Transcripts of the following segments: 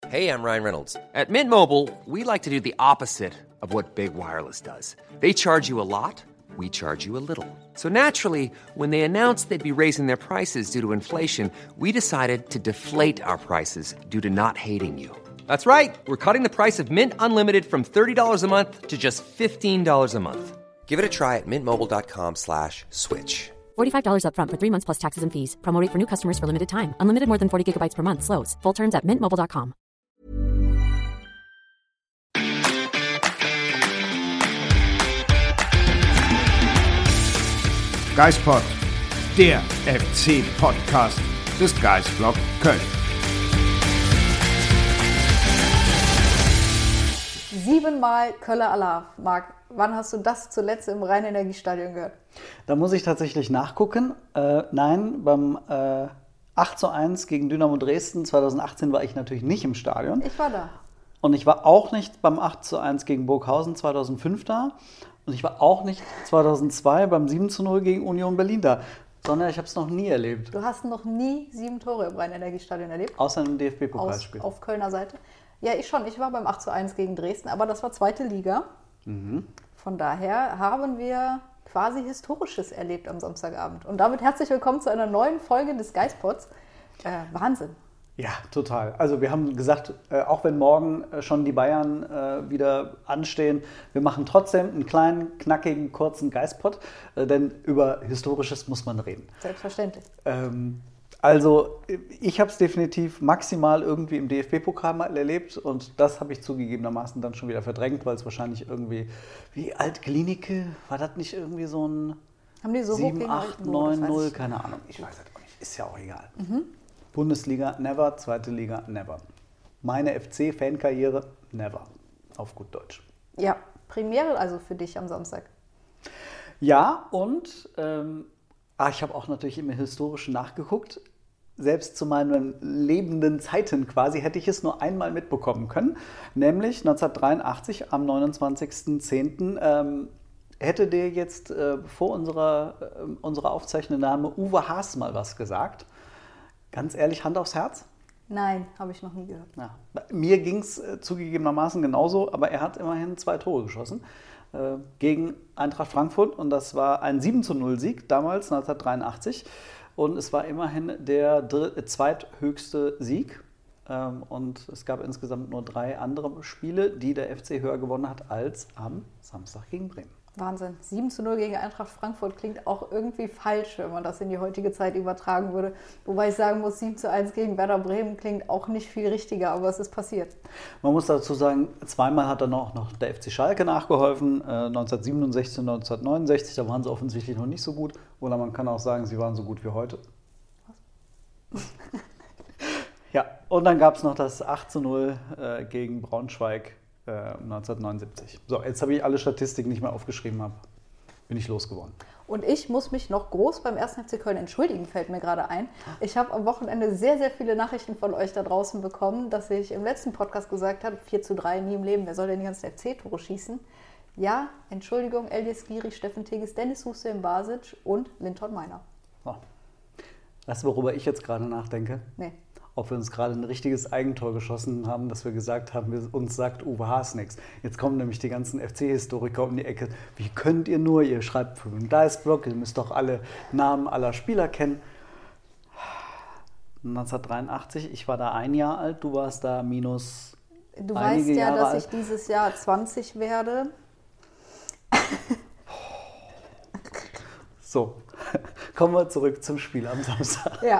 Hey, I'm Ryan Reynolds. At Mint Mobile, we like to do the opposite of what Big Wireless does. They charge you a lot, we charge you a little. So naturally, when they announced they'd be raising their prices due to inflation, we decided to deflate our prices due to not hating you. That's right. We're cutting the price of Mint Unlimited from $30 a month to just $15 a month. Give it a try at mintmobile.com/switch. $45 up front for 3 months plus taxes and fees. Promo rate for new customers for limited time. Unlimited more than 40 gigabytes per month. Slows full terms at mintmobile.com. Geispod, der FC-Podcast des Geistblog Köln. 7-mal Köller Alarv. Marc, wann hast du das zuletzt im Rhein-Energiestadion gehört? Da muss ich tatsächlich nachgucken. Nein, beim 8:1 gegen Dynamo Dresden 2018 war ich natürlich nicht im Stadion. Ich war da. Und ich war auch nicht beim 8:1 gegen Burghausen 2005 da. Und ich war auch nicht 2002 beim 7:0 gegen Union Berlin da. Sondern ich habe es noch nie erlebt. Du hast noch nie 7 Tore im Rhein-Energiestadion erlebt? Außer im DFB-Pokalspiel. Auf Kölner Seite? Ja, ich schon. Ich war beim 8:1 gegen Dresden, aber das war zweite Liga. Von daher haben wir quasi Historisches erlebt am Samstagabend. Und damit herzlich willkommen zu einer neuen Folge des Geistpods. Wahnsinn. Ja, total. Also wir haben gesagt, auch wenn morgen schon die Bayern wieder anstehen, wir machen trotzdem einen kleinen, knackigen, kurzen Geistpod, denn über Historisches muss man reden. Selbstverständlich. Also ich habe es definitiv maximal irgendwie im DFB-Pokal mal erlebt und das habe ich zugegebenermaßen dann schon wieder verdrängt, weil es wahrscheinlich irgendwie, wie Alt-Klinike, war das nicht irgendwie so ein Haben die so 7, 8, 9, 0, keine Ahnung, ich weiß es auch nicht, ist ja auch egal. Bundesliga, never, zweite Liga, never. Meine FC-Fankarriere, never, auf gut Deutsch. Ja, Premiere also für dich am Samstag. Ja, und ich habe auch natürlich im Historischen nachgeguckt. Selbst zu meinen lebenden Zeiten quasi hätte ich es nur einmal mitbekommen können. Nämlich 1983 am 29.10. Hätte dir jetzt vor unserer Aufzeichnung Uwe Haas mal was gesagt. Ganz ehrlich, Hand aufs Herz? Nein, habe ich noch nie gehört. Ja. Mir ging es zugegebenermaßen genauso, aber er hat immerhin 2 Tore geschossen gegen Eintracht Frankfurt und das war ein 7:0 damals, 1983 und es war immerhin der zweithöchste Sieg und es gab insgesamt nur 3 andere Spiele, die der FC höher gewonnen hat als am Samstag gegen Bremen. Wahnsinn. 7:0 gegen Eintracht Frankfurt klingt auch irgendwie falsch, wenn man das in die heutige Zeit übertragen würde. Wobei ich sagen muss, 7:1 gegen Werder Bremen klingt auch nicht viel richtiger, aber es ist passiert. Man muss dazu sagen, zweimal hat dann auch noch der FC Schalke nachgeholfen, 1967 und 1969, da waren sie offensichtlich noch nicht so gut. Oder man kann auch sagen, sie waren so gut wie heute. Was? Ja, und dann gab es noch das 8:0 gegen Braunschweig 1979. So, jetzt habe ich alle Statistiken, die ich mal aufgeschrieben habe. Bin ich losgeworden. Und ich muss mich noch groß beim 1. FC Köln entschuldigen, fällt mir gerade ein. Ich habe am Wochenende sehr, sehr viele Nachrichten von euch da draußen bekommen, dass ich im letzten Podcast gesagt habe, 4:3, nie im Leben, wer soll denn die ganzen FC-Tore schießen? Ja, Entschuldigung, Eljes Giri, Steffen Tigges, Dennis Hussein Basic und Linton Meiner. So. Weißt du, worüber ich jetzt gerade nachdenke? Nee. Ob wir uns gerade ein richtiges Eigentor geschossen haben, dass wir gesagt haben, uns sagt Uwe Haas nichts. Jetzt kommen nämlich die ganzen FC-Historiker um die Ecke. Wie könnt ihr nur? Ihr schreibt für den Geistblog, ihr müsst doch alle Namen aller Spieler kennen. 1983, ich war da 1 Jahr alt, du warst da minus Du einige weißt ja, Jahre dass alt. ich dieses Jahr 20 werde. So, kommen wir zurück zum Spiel am Samstag. Ja.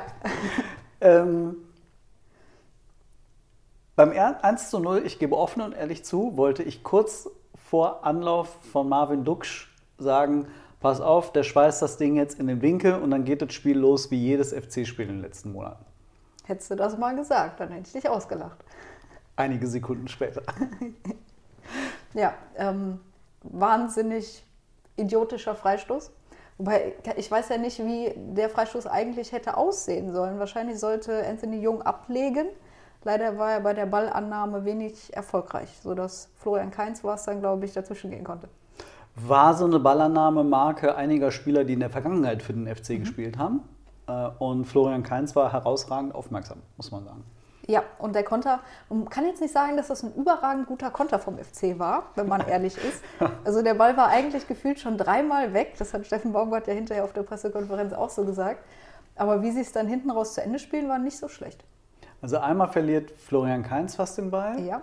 Beim 1:0, ich gebe offen und ehrlich zu, wollte ich kurz vor Anlauf von Marvin Duksch sagen, pass auf, der schweißt das Ding jetzt in den Winkel und dann geht das Spiel los wie jedes FC-Spiel in den letzten Monaten. Hättest du das mal gesagt, dann hätte ich dich ausgelacht. Einige Sekunden später. Ja, wahnsinnig idiotischer Freistoß. Wobei, ich weiß ja nicht, wie der Freistoß eigentlich hätte aussehen sollen. Wahrscheinlich sollte Anthony Jung ablegen. Leider war er bei der Ballannahme wenig erfolgreich, sodass Florian Kainz war es dann, glaube ich, dazwischen gehen konnte. War so eine Ballannahme-Marke einiger Spieler, die in der Vergangenheit für den FC gespielt haben. Und Florian Kainz war herausragend aufmerksam, muss man sagen. Ja, und der Konter, man kann jetzt nicht sagen, dass das ein überragend guter Konter vom FC war, wenn man ehrlich ist. Also der Ball war eigentlich gefühlt schon 3-mal weg. Das hat Steffen Baumgart ja hinterher auf der Pressekonferenz auch so gesagt. Aber wie sie es dann hinten raus zu Ende spielen, war nicht so schlecht. Also einmal verliert Florian Kainz fast den Ball. Ja.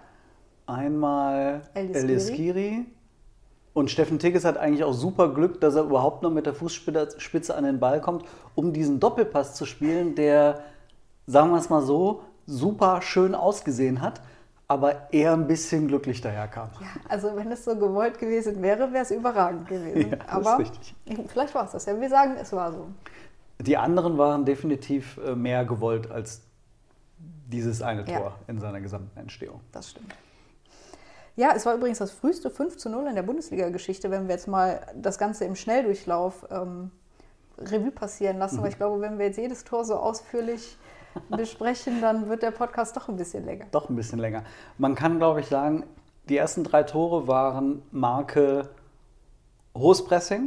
Einmal El-Eskiri. Und Steffen Tigges hat eigentlich auch super Glück, dass er überhaupt noch mit der Fußspitze an den Ball kommt, um diesen Doppelpass zu spielen, der, sagen wir es mal so, super schön ausgesehen hat, aber eher ein bisschen glücklich daherkam. Ja, also wenn es so gewollt gewesen wäre, wäre es überragend gewesen. Ja, das aber ist richtig. Vielleicht war es das ja. Wir sagen, es war so. Die anderen waren definitiv mehr gewollt als dieses eine Tor in seiner gesamten Entstehung. Das stimmt. Ja, es war übrigens das früheste 5:0 in der Bundesliga-Geschichte, wenn wir jetzt mal das Ganze im Schnelldurchlauf Revue passieren lassen. Weil ich glaube, wenn wir jetzt jedes Tor so ausführlich besprechen, dann wird der Podcast doch ein bisschen länger. Doch ein bisschen länger. Man kann, glaube ich, sagen, die ersten 3 Tore waren Marke hohes Pressing,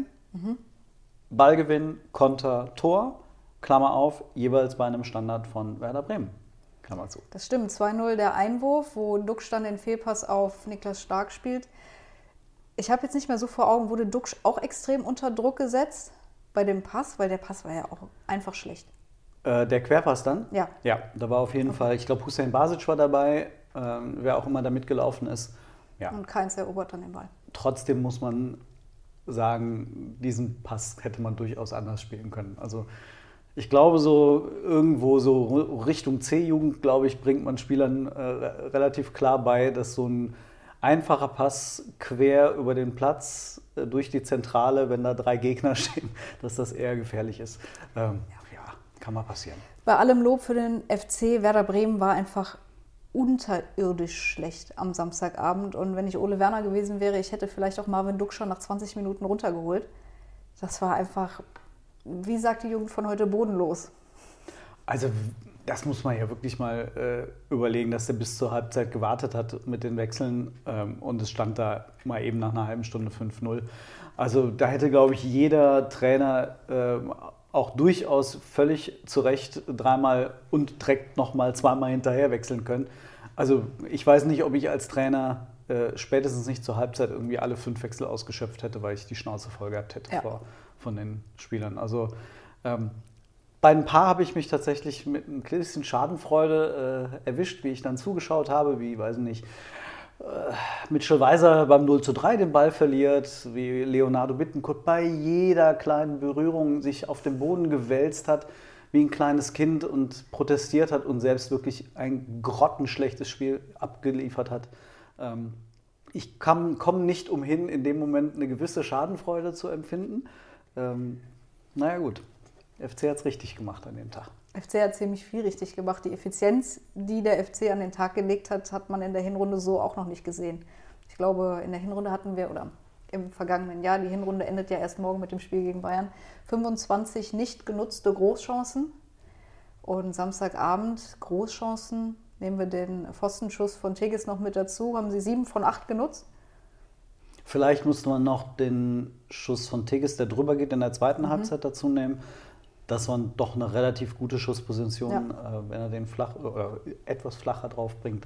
Ballgewinn, Konter, Tor, Klammer auf, jeweils bei einem Standard von Werder Bremen. Klammer zu. Das stimmt, 2:0 der Einwurf, wo Duxch dann den Fehlpass auf Niklas Stark spielt. Ich habe jetzt nicht mehr so vor Augen, wurde Duxch auch extrem unter Druck gesetzt bei dem Pass, weil der Pass war ja auch einfach schlecht. Der Querpass dann? Ja. Ja, da war auf jeden Fall, ich glaube, Hussein Basic war dabei, wer auch immer da mitgelaufen ist. Ja. Und Kainz erobert dann den Ball. Trotzdem muss man sagen, diesen Pass hätte man durchaus anders spielen können. Also ich glaube, so irgendwo so Richtung C-Jugend, glaube ich, bringt man Spielern relativ klar bei, dass so ein einfacher Pass quer über den Platz durch die Zentrale, wenn da 3 Gegner stehen, dass das eher gefährlich ist. Ja, kann mal passieren. Bei allem Lob für den FC, Werder Bremen war einfach unterirdisch schlecht am Samstagabend. Und wenn ich Ole Werner gewesen wäre, ich hätte vielleicht auch Marvin Duxch schon nach 20 Minuten runtergeholt. Das war einfach, wie sagt die Jugend von heute, bodenlos. Also das muss man ja wirklich mal überlegen, dass der bis zur Halbzeit gewartet hat mit den Wechseln und es stand da mal eben nach einer halben Stunde 5:0. Also da hätte, glaube ich, jeder Trainer auch durchaus völlig zu Recht 3-mal und direkt nochmal 2-mal hinterher wechseln können. Also ich weiß nicht, ob ich als Trainer spätestens nicht zur Halbzeit irgendwie alle 5 Wechsel ausgeschöpft hätte, weil ich die Schnauze voll gehabt hätte von den Spielern. Also bei ein paar habe ich mich tatsächlich mit ein bisschen Schadenfreude erwischt, wie ich dann zugeschaut habe, wie, weiß nicht, Mitchell Weiser beim 0:3 den Ball verliert, wie Leonardo Bittencourt bei jeder kleinen Berührung sich auf den Boden gewälzt hat, wie ein kleines Kind und protestiert hat und selbst wirklich ein grottenschlechtes Spiel abgeliefert hat. Ich komme nicht umhin, in dem Moment eine gewisse Schadenfreude zu empfinden. Naja gut, FC hat es richtig gemacht an dem Tag. FC hat ziemlich viel richtig gemacht. Die Effizienz, die der FC an den Tag gelegt hat, hat man in der Hinrunde so auch noch nicht gesehen. Ich glaube, in der Hinrunde hatten wir, oder im vergangenen Jahr, die Hinrunde endet ja erst morgen mit dem Spiel gegen Bayern, 25 nicht genutzte Großchancen. Und Samstagabend Großchancen, nehmen wir den Pfostenschuss von Tigges noch mit dazu, haben sie 7 von 8 genutzt. Vielleicht musste man noch den Schuss von Tigges, der drüber geht, in der zweiten Halbzeit dazu nehmen. Das war doch eine relativ gute Schussposition, wenn er den flach oder etwas flacher drauf bringt.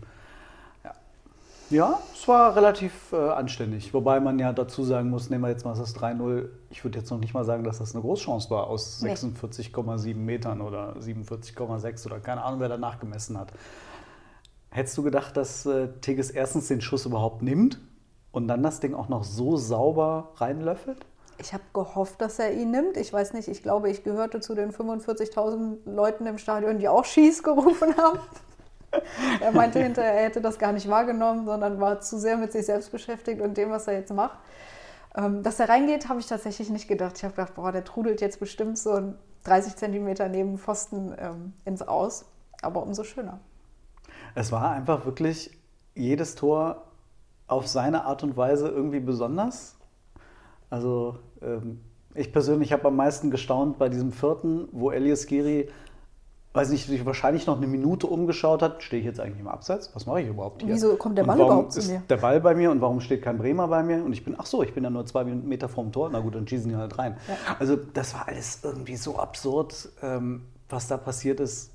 Ja, es war relativ anständig. Wobei man ja dazu sagen muss, nehmen wir jetzt mal das 3:0. Ich würde jetzt noch nicht mal sagen, dass das eine Großchance war aus 46,7 Metern oder 47,6 oder keine Ahnung, wer da nachgemessen hat. Hättest du gedacht, dass Tigges erstens den Schuss überhaupt nimmt und dann das Ding auch noch so sauber reinlöffelt? Ich habe gehofft, dass er ihn nimmt. Ich weiß nicht, ich glaube, ich gehörte zu den 45.000 Leuten im Stadion, die auch Schieß gerufen haben. Er meinte hinterher, er hätte das gar nicht wahrgenommen, sondern war zu sehr mit sich selbst beschäftigt und dem, was er jetzt macht. Dass er reingeht, habe ich tatsächlich nicht gedacht. Ich habe gedacht, boah, der trudelt jetzt bestimmt so 30 Zentimeter neben Pfosten ins Aus. Aber umso schöner. Es war einfach wirklich jedes Tor auf seine Art und Weise irgendwie besonders. Also ich persönlich habe am meisten gestaunt bei diesem 4., wo El-Eskiri, weiß nicht, sich wahrscheinlich noch eine Minute umgeschaut hat. Stehe ich jetzt eigentlich im Abseits? Was mache ich überhaupt hier? Wieso kommt der Ball überhaupt zu mir? Ist der Ball bei mir und warum steht kein Bremer bei mir? Und ich bin ja nur 2 Meter vorm Tor. Na gut, dann schießen die halt rein. Ja. Also das war alles irgendwie so absurd, was da passiert ist.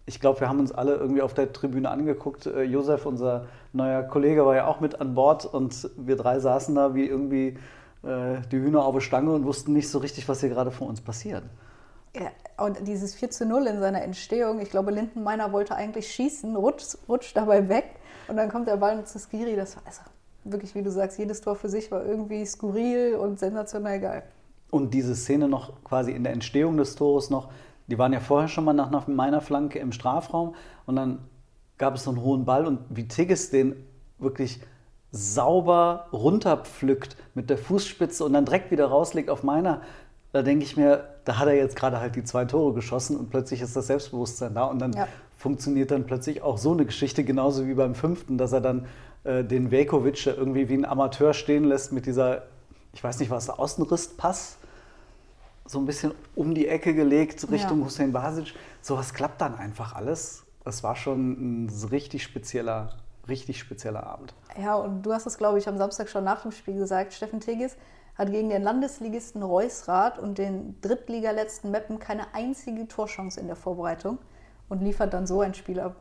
Ich glaube, wir haben uns alle irgendwie auf der Tribüne angeguckt. Josef, unser neuer Kollege, war ja auch mit an Bord und wir drei saßen da wie irgendwie die Hühner auf der Stange und wussten nicht so richtig, was hier gerade vor uns passiert. Ja, und dieses 4:0 in seiner Entstehung, ich glaube, Lindenmeiner wollte eigentlich schießen, rutscht dabei weg und dann kommt der Ball zu Skiri. Das war also wirklich, wie du sagst, jedes Tor für sich war irgendwie skurril und sensationell geil. Und diese Szene noch quasi in der Entstehung des Tores noch, die waren ja vorher schon mal nach meiner Flanke im Strafraum und dann gab es so einen hohen Ball und wie Tigges den wirklich sauber runterpflückt mit der Fußspitze und dann direkt wieder rauslegt auf meiner, da denke ich mir, da hat er jetzt gerade halt die 2 Tore geschossen und plötzlich ist das Selbstbewusstsein da und dann funktioniert dann plötzlich auch so eine Geschichte, genauso wie beim 5., dass er dann den Veljković irgendwie wie ein Amateur stehen lässt mit dieser, ich weiß nicht was, Außenrisspass, so ein bisschen um die Ecke gelegt Richtung Hüseyin Basic. Sowas klappt dann einfach alles. Das war schon ein richtig spezieller Abend. Ja, und du hast es, glaube ich, am Samstag schon nach dem Spiel gesagt, Steffen Tigges hat gegen den Landesligisten Reusrath und den Drittligaletzten Meppen keine einzige Torchance in der Vorbereitung und liefert dann so ein Spiel ab.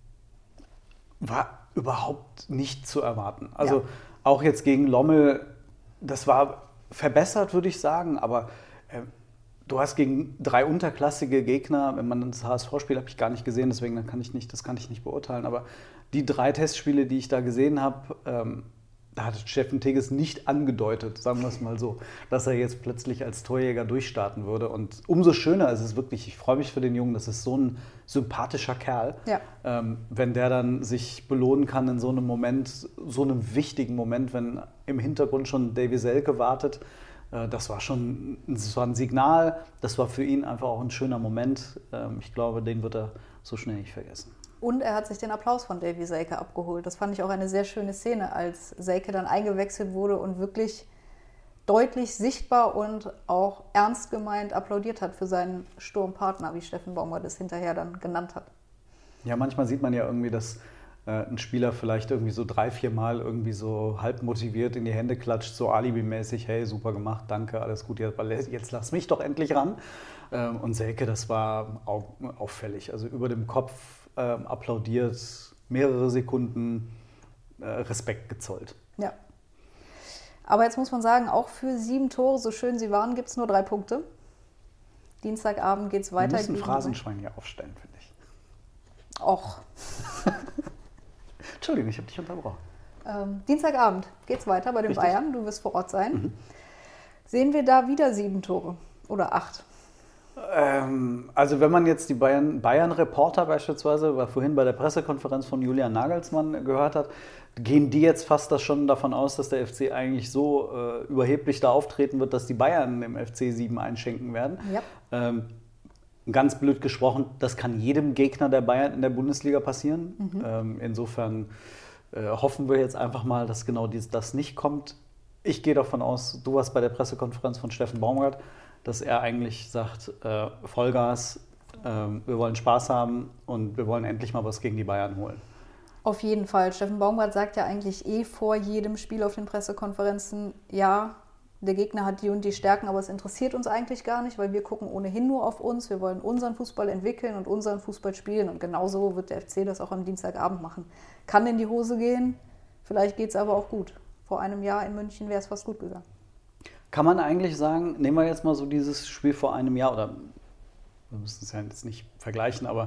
War überhaupt nicht zu erwarten. Also auch jetzt gegen Lommel, das war verbessert, würde ich sagen, aber du hast gegen 3 unterklassige Gegner, wenn man das HSV-Spiel habe ich gar nicht gesehen, deswegen das kann ich nicht beurteilen, aber die 3 Testspiele, die ich da gesehen habe, da hat Steffen Tigges nicht angedeutet, sagen wir es mal so, dass er jetzt plötzlich als Torjäger durchstarten würde. Und umso schöner ist es wirklich, ich freue mich für den Jungen, das ist so ein sympathischer Kerl, wenn der dann sich belohnen kann in so einem Moment, so einem wichtigen Moment, wenn im Hintergrund schon Davy Selke wartet. Das war ein Signal, das war für ihn einfach auch ein schöner Moment. Ich glaube, den wird er so schnell nicht vergessen. Und er hat sich den Applaus von Davy Selke abgeholt. Das fand ich auch eine sehr schöne Szene, als Selke dann eingewechselt wurde und wirklich deutlich sichtbar und auch ernst gemeint applaudiert hat für seinen Sturmpartner, wie Steffen Baumgart es hinterher dann genannt hat. Ja, manchmal sieht man ja irgendwie, dass ein Spieler vielleicht irgendwie so 3-4 Mal irgendwie so halb motiviert in die Hände klatscht, so alibimäßig, hey, super gemacht, danke, alles gut, jetzt lass mich doch endlich ran. Und Selke, das war auffällig, also über dem Kopf applaudiert, mehrere Sekunden Respekt gezollt. Ja. Aber jetzt muss man sagen, auch für 7 Tore, so schön sie waren, gibt es nur 3 Punkte. Dienstagabend geht es weiter. Wir müssen Phrasenschwein hier aufstellen, finde ich. Och. Entschuldigung, ich habe dich unterbrochen. Dienstagabend geht es weiter bei den Richtig. Bayern. Du wirst vor Ort sein. Sehen wir da wieder 7 Tore oder 8? Also wenn man jetzt die Bayern-Reporter beispielsweise, war vorhin bei der Pressekonferenz von Julian Nagelsmann gehört hat, gehen die jetzt fast schon davon aus, dass der FC eigentlich so überheblich da auftreten wird, dass die Bayern dem FC 7 einschenken werden. Ja. Ganz blöd gesprochen, das kann jedem Gegner der Bayern in der Bundesliga passieren. Insofern hoffen wir jetzt einfach mal, dass genau das nicht kommt. Ich gehe davon aus, du warst bei der Pressekonferenz von Steffen Baumgart, dass er eigentlich sagt, Vollgas, wir wollen Spaß haben und wir wollen endlich mal was gegen die Bayern holen. Auf jeden Fall. Steffen Baumgart sagt ja eigentlich vor jedem Spiel auf den Pressekonferenzen, ja, der Gegner hat die und die Stärken, aber es interessiert uns eigentlich gar nicht, weil wir gucken ohnehin nur auf uns. Wir wollen unseren Fußball entwickeln und unseren Fußball spielen. Und genauso wird der FC das auch am Dienstagabend machen. Kann in die Hose gehen, vielleicht geht es aber auch gut. Vor einem Jahr in München wäre es fast gut gegangen. Kann man eigentlich sagen, nehmen wir jetzt mal so dieses Spiel vor einem Jahr, oder wir müssen es ja jetzt nicht vergleichen, aber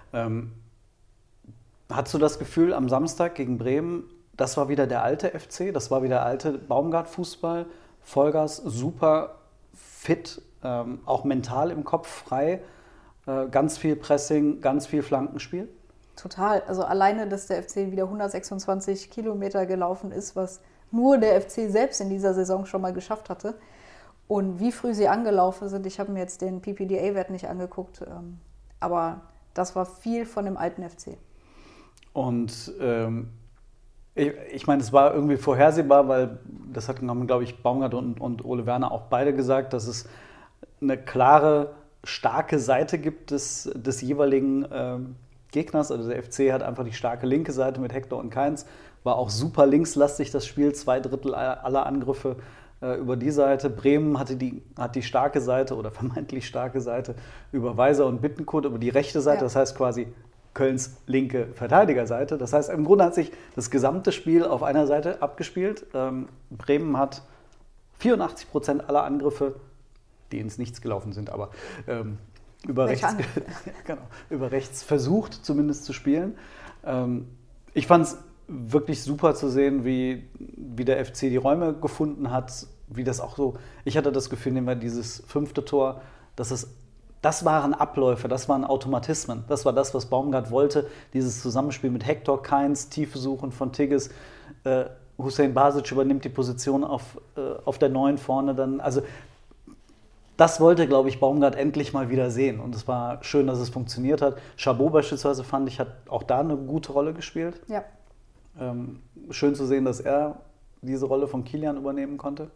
hast du das Gefühl, am Samstag gegen Bremen, das war wieder der alte FC, das war wieder der alte Baumgart-Fußball, Vollgas, super fit, auch mental im Kopf frei, ganz viel Pressing, ganz viel Flankenspiel? Total. Also alleine, dass der FC wieder 126 Kilometer gelaufen ist, was nur der FC selbst in dieser Saison schon mal geschafft hatte. Und wie früh sie angelaufen sind, ich habe mir jetzt den PPDA-Wert nicht angeguckt, aber das war viel von dem alten FC. Und ich meine, es war irgendwie vorhersehbar, weil das haben, glaube ich, Baumgart und Ole Werner auch beide gesagt, dass es eine klare, starke Seite gibt des jeweiligen Gegners. Also der FC hat einfach die starke linke Seite mit Hector und Kainz, war auch super linkslastig das Spiel, 2/3 aller Angriffe über die Seite. Bremen hat die starke Seite oder vermeintlich starke Seite über Weiser und Bittencourt über die rechte Seite. Ja. Das heißt quasi Kölns linke Verteidigerseite. Das heißt, im Grunde hat sich das gesamte Spiel auf einer Seite abgespielt. Bremen hat 84% aller Angriffe, die ins Nichts gelaufen sind, aber über rechts versucht zumindest zu spielen. Ich fand es wirklich super zu sehen, wie der FC die Räume gefunden hat, wie das auch so, ich hatte das Gefühl, nehmen wir dieses 5. Tor, das waren Abläufe, das waren Automatismen. Das war das, was Baumgart wollte, dieses Zusammenspiel mit Hector, Kainz, Tiefe suchen von Tigges, Hüseyin Basic übernimmt die Position auf der 9 vorne dann, also das wollte, glaube ich, Baumgart endlich mal wieder sehen. Und es war schön, dass es funktioniert hat. Chabot beispielsweise, fand ich, hat auch da eine gute Rolle gespielt. Ja. Schön zu sehen, dass er diese Rolle von Kilian übernehmen konnte.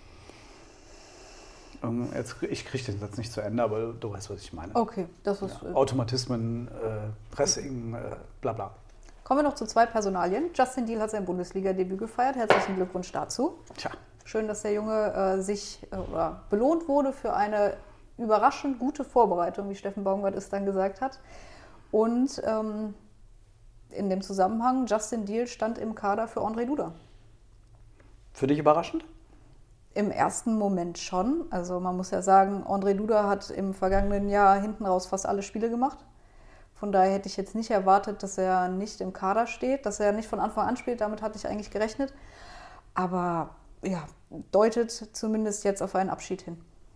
Ich kriege den Satz nicht zu Ende, aber du weißt, was ich meine. Okay, das ist... Ja, Automatismen, Pressing, bla bla. Kommen wir noch zu 2 Personalien. Justin Deal hat sein Bundesliga-Debüt gefeiert. Herzlichen Glückwunsch dazu. Tja. Schön, dass der Junge belohnt wurde für eine überraschend gute Vorbereitung, wie Steffen Baumgart es dann gesagt hat. Und in dem Zusammenhang, Justin Deal stand im Kader für André Duda. Für dich überraschend? Im ersten Moment schon. Also man muss ja sagen, André Duda hat im vergangenen Jahr hinten raus fast alle Spiele gemacht. Von daher hätte ich jetzt nicht erwartet, dass er nicht im Kader steht, dass er nicht von Anfang an spielt. Damit hatte ich eigentlich gerechnet. Aber ja, deutet zumindest jetzt auf einen Abschied hin.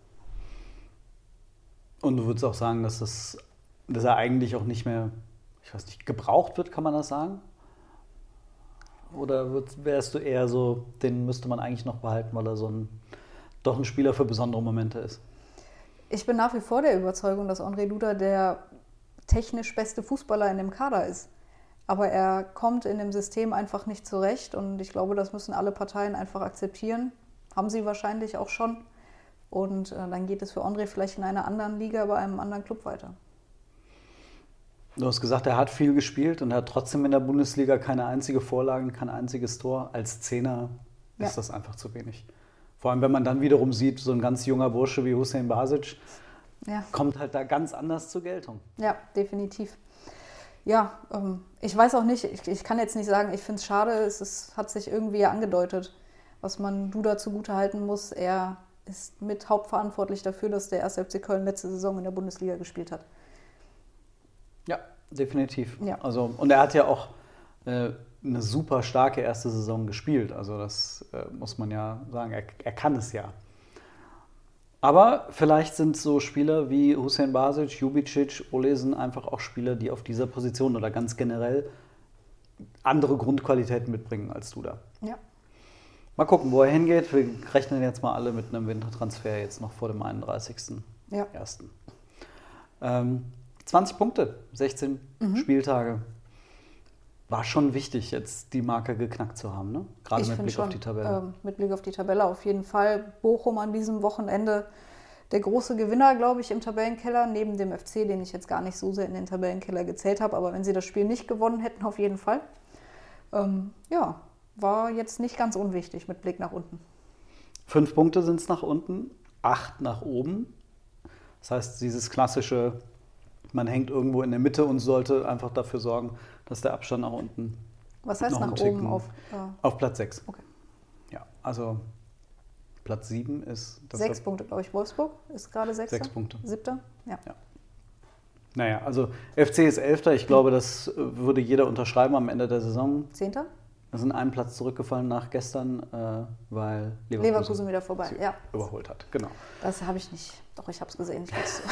Und du würdest auch sagen, dass er eigentlich auch nicht mehr, ich weiß nicht, gebraucht wird, kann man das sagen? Oder wärst du eher so, den müsste man eigentlich noch behalten, weil er doch ein Spieler für besondere Momente ist? Ich bin nach wie vor der Überzeugung, dass André Duda der technisch beste Fußballer in dem Kader ist. Aber er kommt in dem System einfach nicht zurecht und ich glaube, das müssen alle Parteien einfach akzeptieren. Haben sie wahrscheinlich auch schon. Und dann geht es für André vielleicht in einer anderen Liga bei einem anderen Club weiter. Du hast gesagt, er hat viel gespielt und er hat trotzdem in der Bundesliga keine einzige Vorlage, kein einziges Tor. Als Zehner ist das einfach zu wenig. Vor allem, wenn man dann wiederum sieht, so ein ganz junger Bursche wie Hüseyin Basic kommt halt da ganz anders zur Geltung. Ja, definitiv. Ja, ich weiß auch nicht, ich kann jetzt nicht sagen, ich finde es schade, es hat sich irgendwie angedeutet, was man Duda zugutehalten muss. Er ist mit hauptverantwortlich dafür, dass der 1. FC Köln letzte Saison in der Bundesliga gespielt hat. Ja, definitiv. Ja. Also, und er hat ja auch eine super starke erste Saison gespielt. Also das muss man ja sagen, er kann es ja. Aber vielleicht sind so Spieler wie Hüseyin Basic, Jubicic, Olesen einfach auch Spieler, die auf dieser Position oder ganz generell andere Grundqualitäten mitbringen als Duda. Ja. Mal gucken, wo er hingeht. Wir rechnen jetzt mal alle mit einem Wintertransfer jetzt noch vor dem 31.01. Ja. 20 Punkte, 16 Spieltage. War schon wichtig, jetzt die Marke geknackt zu haben, ne? Gerade mit Blick auf die Tabelle. Mit Blick auf die Tabelle auf jeden Fall. Bochum an diesem Wochenende der große Gewinner, glaube ich, im Tabellenkeller, neben dem FC, den ich jetzt gar nicht so sehr in den Tabellenkeller gezählt habe. Aber wenn sie das Spiel nicht gewonnen hätten, auf jeden Fall. War jetzt nicht ganz unwichtig mit Blick nach unten. 5 Punkte sind es nach unten, 8 nach oben. Das heißt, dieses klassische, man hängt irgendwo in der Mitte und sollte einfach dafür sorgen, dass der Abstand nach unten. Was heißt nach oben? Auf Platz 6. Okay. Ja, also Platz 7 ist... 6 Punkte, glaube ich. Wolfsburg ist gerade 6. 6 Punkte. 7. Ja. Naja, also FC ist 11. Ich glaube, das würde jeder unterschreiben am Ende der Saison. 10. Wir sind einen Platz zurückgefallen nach gestern, weil Leverkusen wieder vorbei überholt hat. Genau. Das habe ich nicht. Doch, ich habe es gesehen.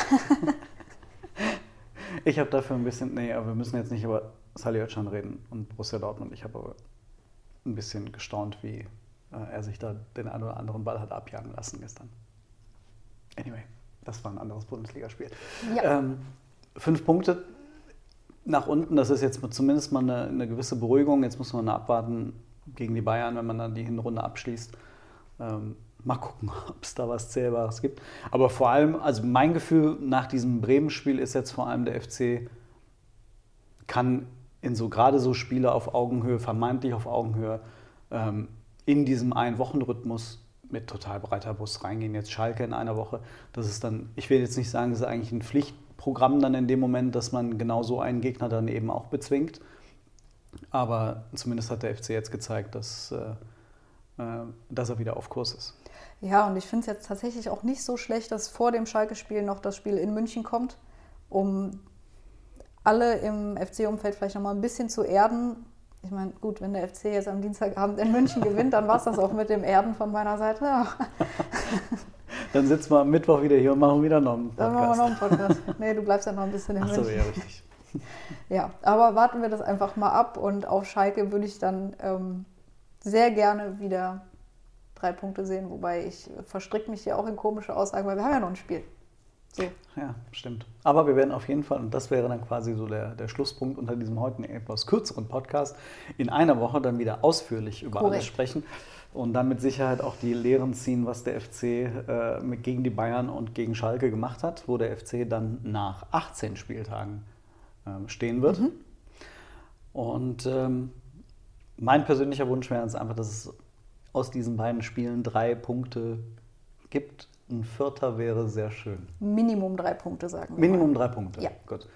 Ich habe dafür ein bisschen, aber wir müssen jetzt nicht über Salihamidzic reden und Borussia Dortmund. Ich habe aber ein bisschen gestaunt, wie er sich da den einen oder anderen Ball hat abjagen lassen gestern. Anyway, das war ein anderes Bundesligaspiel. Ja. 5 Punkte nach unten, das ist jetzt zumindest mal eine gewisse Beruhigung. Jetzt muss man abwarten gegen die Bayern, wenn man dann die Hinrunde abschließt. Mal gucken, ob es da was Zählbares gibt. Aber vor allem, also mein Gefühl nach diesem Bremen-Spiel ist jetzt vor allem, der FC kann in gerade so Spiele auf Augenhöhe, vermeintlich auf Augenhöhe, in diesem Ein-Wochen-Rhythmus mit total breiter Brust reingehen. Jetzt Schalke in einer Woche, das ist dann, ich will jetzt nicht sagen, das ist eigentlich ein Pflichtprogramm Programm dann in dem Moment, dass man genau so einen Gegner dann eben auch bezwingt. Aber zumindest hat der FC jetzt gezeigt, dass er wieder auf Kurs ist. Ja, und ich finde es jetzt tatsächlich auch nicht so schlecht, dass vor dem Schalke-Spiel noch das Spiel in München kommt, um alle im FC-Umfeld vielleicht nochmal ein bisschen zu erden. Ich meine, gut, wenn der FC jetzt am Dienstagabend in München gewinnt, dann war es das auch mit dem Erden von meiner Seite. Ja. Dann sitzen wir am Mittwoch wieder hier und machen wieder noch einen Podcast. Dann machen wir noch einen Podcast. Nee, du bleibst ja noch ein bisschen in München. Ach so, ja, richtig. Ja, aber warten wir das einfach mal ab und auf Schalke würde ich dann sehr gerne wieder 3 Punkte sehen, wobei ich verstricke mich hier auch in komische Aussagen, weil wir haben ja noch ein Spiel. So. Ja, stimmt. Aber wir werden auf jeden Fall, und das wäre dann quasi so der Schlusspunkt unter diesem heute etwas kürzeren Podcast, in einer Woche dann wieder ausführlich über alles sprechen und dann mit Sicherheit auch die Lehren ziehen, was der FC gegen die Bayern und gegen Schalke gemacht hat, wo der FC dann nach 18 Spieltagen stehen wird. Und mein persönlicher Wunsch wäre jetzt einfach, dass es aus diesen beiden Spielen 3 Punkte gibt. Ein 4. wäre sehr schön. Minimum 3 Punkte, sagen wir Minimum mal. 3 Punkte? Ja. Gut.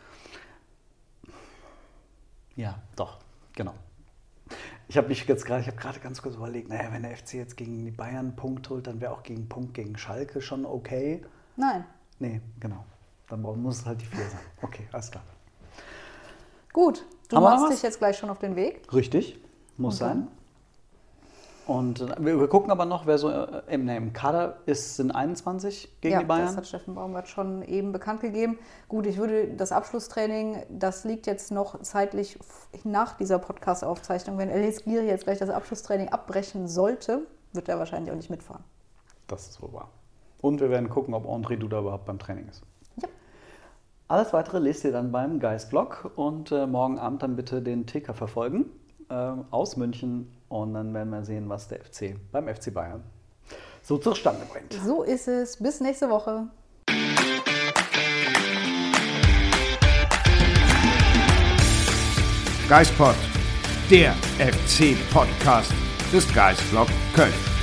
Ja, doch, genau. Ich habe gerade ganz kurz überlegt, naja, wenn der FC jetzt gegen die Bayern einen Punkt holt, dann wäre auch gegen Punkt gegen Schalke schon okay. Nein. Nee, genau. Dann muss es halt die 4 sein. Okay, alles klar. Gut, du machst dich jetzt gleich schon auf den Weg. Richtig, muss sein. Und wir gucken aber noch, wer so im Kader ist, sind 21 gegen die Bayern. Das hat Steffen Baumgart schon eben bekannt gegeben. Gut, ich würde das Abschlusstraining, das liegt jetzt noch zeitlich nach dieser Podcast-Aufzeichnung. Wenn Elis Giri jetzt gleich das Abschlusstraining abbrechen sollte, wird er wahrscheinlich auch nicht mitfahren. Das ist wohl wahr. Und wir werden gucken, ob André Duda überhaupt beim Training ist. Ja. Alles Weitere lest ihr dann beim Geist-Blog und morgen Abend dann bitte den Ticker verfolgen aus München. Und dann werden wir sehen, was der FC beim FC Bayern so zustande bringt. So ist es. Bis nächste Woche. Geistpod, der FC-Podcast des Geistblog Köln.